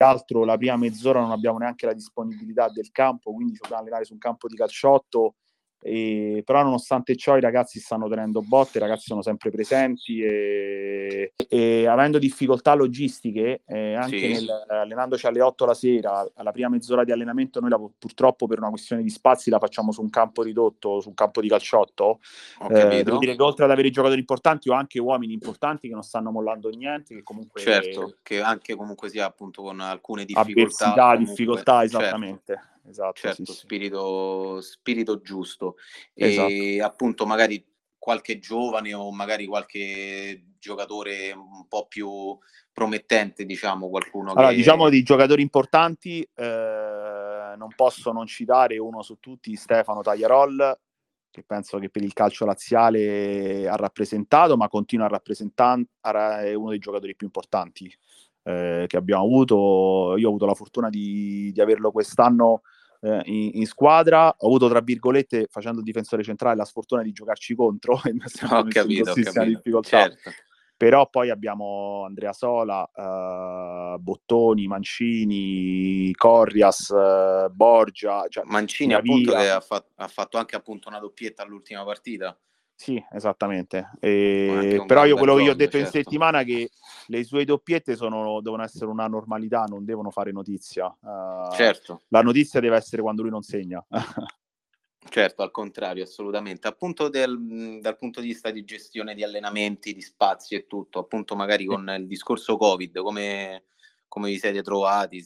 altro la prima mezz'ora non abbiamo neanche la disponibilità del campo, quindi ci dobbiamo allenare su un campo di calciotto. Però nonostante ciò i ragazzi stanno tenendo botte, i ragazzi sono sempre presenti e avendo difficoltà logistiche anche Sì, allenandoci alle 8 la sera, alla prima mezz'ora di allenamento noi purtroppo per una questione di spazi la facciamo su un campo ridotto, su un campo di calciotto. ho Devo capito. dire che oltre ad avere giocatori importanti ho anche uomini importanti che non stanno mollando niente, che comunque Certo, che anche comunque sia appunto con alcune difficoltà, avversità, comunque, difficoltà, certo, esattamente. Esatto, sì, certo, sì. spirito giusto. Esatto. E appunto magari qualche giovane o magari qualche giocatore un po' più promettente, diciamo, qualcuno Allora, diciamo che... di giocatori importanti, non posso non citare uno su tutti, Stefano Tagliarol, che penso che per il calcio laziale ha rappresentato, ma continua a rappresentare, è uno dei giocatori più importanti che abbiamo avuto. Io ho avuto la fortuna di averlo quest'anno in squadra, ho avuto, tra virgolette, facendo il difensore centrale, la sfortuna di giocarci contro e mi ha sempre messo in Ho grossissima capito, difficoltà. certo. Però poi abbiamo Andrea Sola, Bottoni, Mancini, Corrias, Borgia, cioè Mancini appunto Gravia. che ha fatto anche appunto una doppietta all'ultima partita, Sì, esattamente. anche un Però gran io bel quello che io ho gol, detto in certo. settimana è che le sue doppiette devono essere una normalità, non devono fare notizia. Certo. La notizia deve essere quando lui non segna. Certo, al contrario, assolutamente. Appunto dal punto di vista di gestione di allenamenti, di spazi e tutto, appunto magari Sì. con il discorso Covid, come vi siete trovati,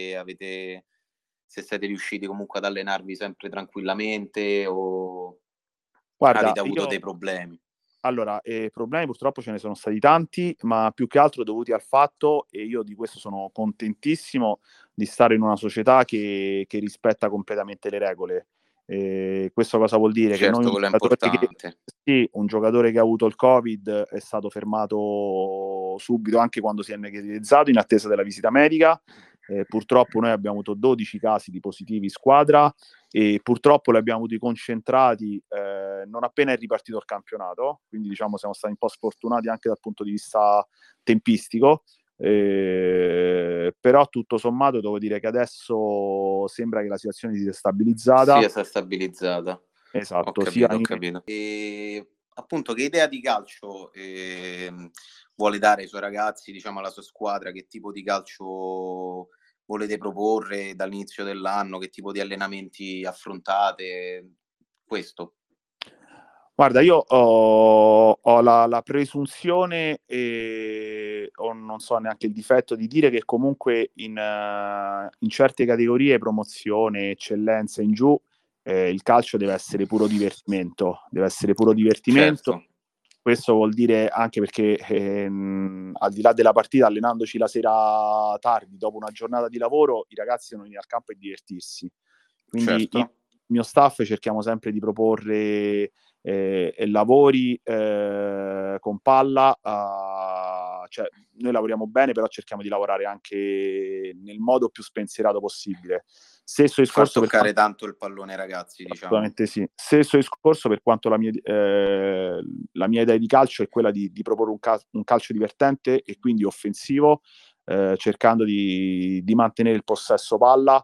se siete riusciti comunque ad allenarvi sempre tranquillamente o Guarda, avete avuto io dei problemi. allora, problemi purtroppo ce ne sono stati tanti, ma più che altro dovuti al fatto, e io di questo sono contentissimo, di stare in una società che rispetta completamente le regole. Questo cosa vuol dire? Che noi Certo, quello è importante. sì, un giocatore che ha avuto il Covid è stato fermato subito, anche quando si è negativizzato, in attesa della visita medica. Purtroppo noi abbiamo avuto 12 casi di positivi in squadra e purtroppo li abbiamo avuti concentrati non appena è ripartito il campionato, quindi diciamo siamo stati un po' sfortunati anche dal punto di vista tempistico, però tutto sommato devo dire che adesso sembra che la situazione si sia stabilizzata. Si è stabilizzata. Ho Esatto, sia capito, ho in... capito. E appunto che idea di calcio vuole dare ai suoi ragazzi, diciamo alla sua squadra, che tipo di calcio volete proporre dall'inizio dell'anno, che tipo di allenamenti affrontate? Questo. Guarda, io ho la presunzione o non so neanche il difetto di dire che comunque in certe categorie, promozione, eccellenza in giù, il calcio deve essere puro divertimento, deve essere puro divertimento. Certo, Questo vuol dire anche perché al di là della partita, allenandoci la sera tardi, dopo una giornata di lavoro, i ragazzi devono venire al campo e divertirsi. Quindi io, certo. il mio staff, cerchiamo sempre di proporre lavori con palla, cioè noi lavoriamo bene, però cerchiamo di lavorare anche nel modo più spensierato possibile. Stesso Far discorso per toccare quanto tanto il pallone ai ragazzi, diciamo. assolutamente sì. Stesso discorso per quanto la mia idea di calcio è quella di proporre un calcio divertente e quindi offensivo, cercando di mantenere il possesso palla.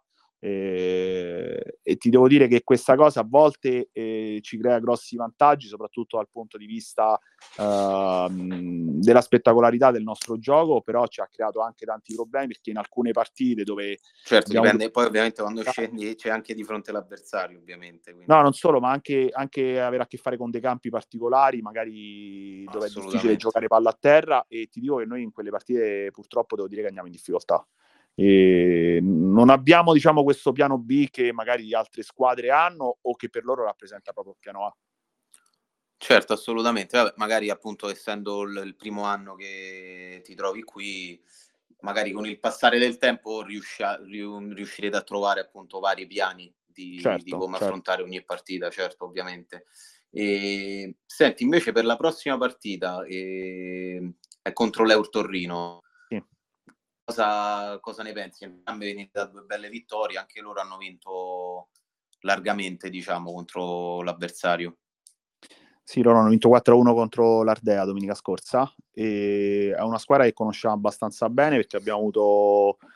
E ti devo dire che questa cosa a volte ci crea grossi vantaggi, soprattutto dal punto di vista della spettacolarità del nostro gioco, però ci ha creato anche tanti problemi perché in alcune partite dove Certo, abbiamo dipende. Poi ovviamente quando scendi c'è anche di fronte l'avversario, ovviamente. no, Quindi. non solo, ma anche avere a che fare con dei campi particolari, magari dove è difficile Assolutamente. giocare palla a terra, e ti dico che noi in quelle partite purtroppo devo dire che andiamo in difficoltà. E non abbiamo, diciamo, questo piano B che magari altre squadre hanno o che per loro rappresenta proprio il piano A. Certo, assolutamente. Vabbè, magari appunto essendo il primo anno che ti trovi qui, magari con il passare del tempo riuscirete a trovare appunto vari piani di Certo, come certo. affrontare ogni partita, certo, ovviamente. Senti, invece per la prossima partita è contro l'Eur Torino. Sì. Cosa ne pensi? Entrambe venite da due belle vittorie, anche loro hanno vinto largamente, diciamo, contro l'avversario. Sì, loro hanno vinto 4-1 contro l'Ardea domenica scorsa e è una squadra che conosciamo abbastanza bene perché abbiamo avuto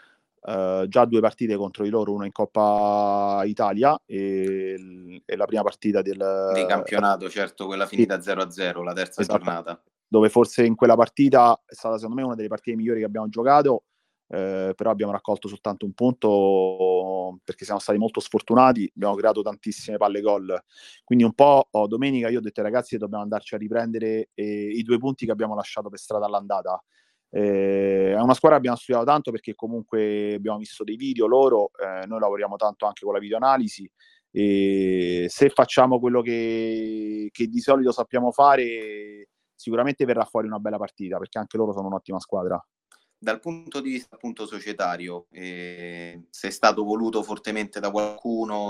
già 2 partite contro di loro, una in Coppa Italia e la prima partita Di campionato, certo, quella sì, finita 0-0, la terza esatto, giornata. dove forse in quella partita è stata secondo me una delle partite migliori che abbiamo giocato, però abbiamo raccolto soltanto un punto perché siamo stati molto sfortunati, abbiamo creato tantissime palle gol. Quindi un po' domenica io ho detto ai ragazzi che dobbiamo andarci a riprendere i 2 punti che abbiamo lasciato per strada all'andata. È una squadra che abbiamo studiato tanto perché comunque abbiamo visto dei video loro, noi lavoriamo tanto anche con la videoanalisi e se facciamo quello che di solito sappiamo fare sicuramente verrà fuori una bella partita perché anche loro sono un'ottima squadra. Dal punto di vista appunto societario, sei stato voluto fortemente da qualcuno,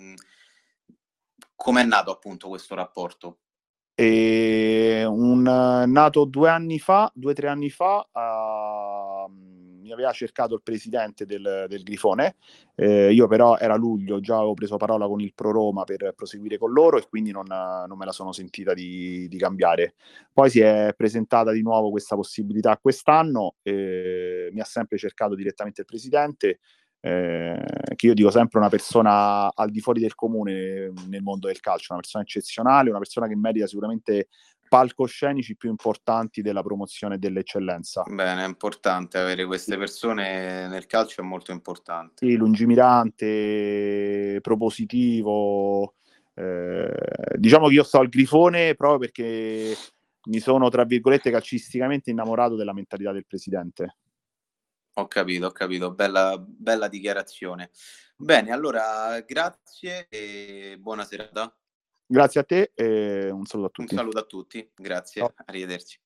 com'è nato appunto questo rapporto? Nato 2 o 3 anni fa, mi aveva cercato il presidente del Grifone, io però era luglio, già avevo preso parola con il Pro Roma per proseguire con loro e quindi non me la sono sentita di cambiare. Poi si è presentata di nuovo questa possibilità quest'anno, mi ha sempre cercato direttamente il presidente, che io dico sempre una persona al di fuori del comune nel mondo del calcio, una persona eccezionale, una persona che merita sicuramente palcoscenici più importanti della promozione e dell'eccellenza. Bene, è importante avere queste persone nel calcio, è molto importante. Sì, lungimirante, propositivo. Diciamo che io sto al Grifone proprio perché mi sono, tra virgolette, calcisticamente innamorato della mentalità del presidente. Ho capito, bella dichiarazione. Bene, allora grazie e buona serata. Grazie a te e un saluto a Un tutti. saluto a tutti, grazie, Ciao. arrivederci.